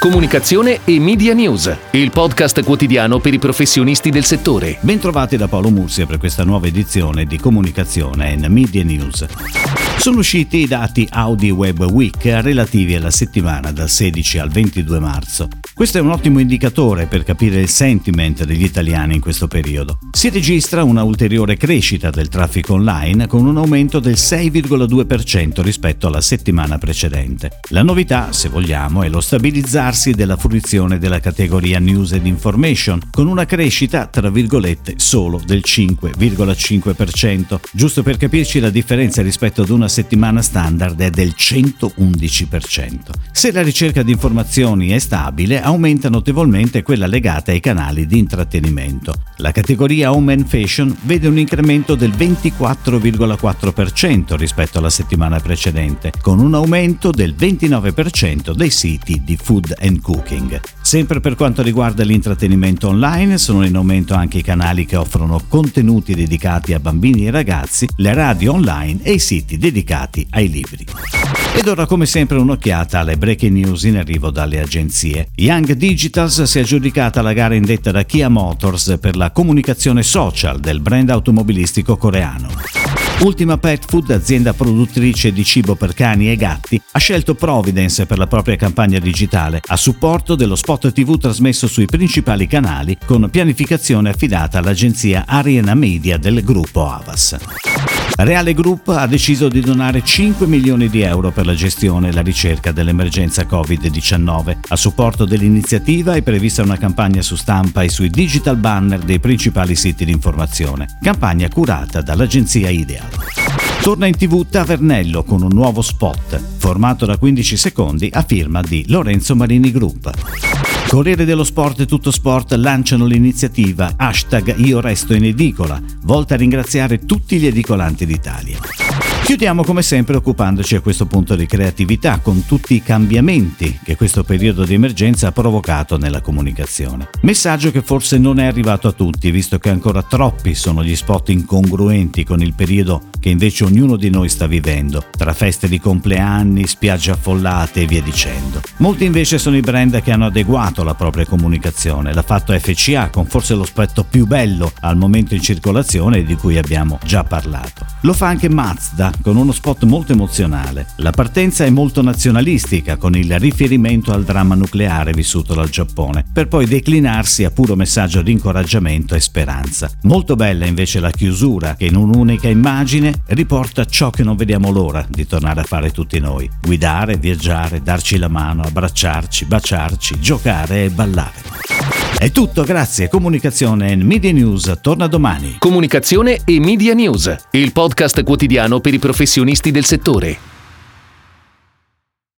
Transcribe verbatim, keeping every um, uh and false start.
Comunicazione e Media News, il podcast quotidiano per i professionisti del settore. Bentrovati da Paolo Mursia per questa nuova edizione di Comunicazione e Media News. Sono usciti i dati Audi Web Week relativi alla settimana dal sedici al ventidue marzo. Questo è un ottimo indicatore per capire il sentiment degli italiani in questo periodo. Si registra una ulteriore crescita del traffico online con un aumento del sei virgola due per cento rispetto alla settimana precedente. La novità, se vogliamo, è lo stabilizzarsi della fruizione della categoria News and Information, con una crescita, tra virgolette, solo del cinque virgola cinque per cento. Giusto per capirci, la differenza rispetto ad una settimana standard è del centoundici per cento. Se la ricerca di informazioni è stabile, aumenta notevolmente quella legata ai canali di intrattenimento. La categoria Home and Fashion vede un incremento del ventiquattro virgola quattro per cento rispetto alla settimana precedente, con un aumento del ventinove per cento dei siti di food and cooking. Sempre per quanto riguarda l'intrattenimento online, sono in aumento anche i canali che offrono contenuti dedicati a bambini e ragazzi, le radio online e i siti dedicati ai libri. Ed ora, come sempre, un'occhiata alle breaking news in arrivo dalle agenzie. Young Digitals si è aggiudicata la gara indetta da Kia Motors per la comunicazione social del brand automobilistico coreano. Ultima Pet Food, azienda produttrice di cibo per cani e gatti, ha scelto Providence per la propria campagna digitale a supporto dello spot tivù trasmesso sui principali canali, con pianificazione affidata all'agenzia Arena Media del gruppo Havas. Reale Group ha deciso di donare cinque milioni di euro per la gestione e la ricerca dell'emergenza covid diciannove. A supporto dell'iniziativa è prevista una campagna su stampa e sui digital banner dei principali siti di informazione, campagna curata dall'agenzia Ideal. Torna in tivù Tavernello con un nuovo spot, formato da quindici secondi a firma di Lorenzo Marini Group. Corriere dello Sport e Tutto Sport lanciano l'iniziativa hashtag Io Resto in Edicola, volta a ringraziare tutti gli edicolanti d'Italia. Chiudiamo come sempre occupandoci a questo punto di creatività, con tutti i cambiamenti che questo periodo di emergenza ha provocato nella comunicazione. Messaggio che forse non è arrivato a tutti, visto che ancora troppi sono gli spot incongruenti con il periodo che invece ognuno di noi sta vivendo, tra feste di compleanni, spiagge affollate e via dicendo. Molti invece sono i brand che hanno adeguato la propria comunicazione. L'ha fatto F C A con forse lo spot più bello al momento in circolazione e di cui abbiamo già parlato. Lo fa anche Mazda con uno spot molto emozionale. La partenza è molto nazionalistica, con il riferimento al dramma nucleare vissuto dal Giappone, per poi declinarsi a puro messaggio di incoraggiamento e speranza. Molto bella invece la chiusura, che in un'unica immagine riporta ciò che non vediamo l'ora di tornare a fare tutti noi: guidare, viaggiare, darci la mano, abbracciarci, baciarci, giocare e ballare. È tutto, grazie. Comunicazione e Media News torna domani. Comunicazione e Media News, il podcast quotidiano per i professionisti del settore.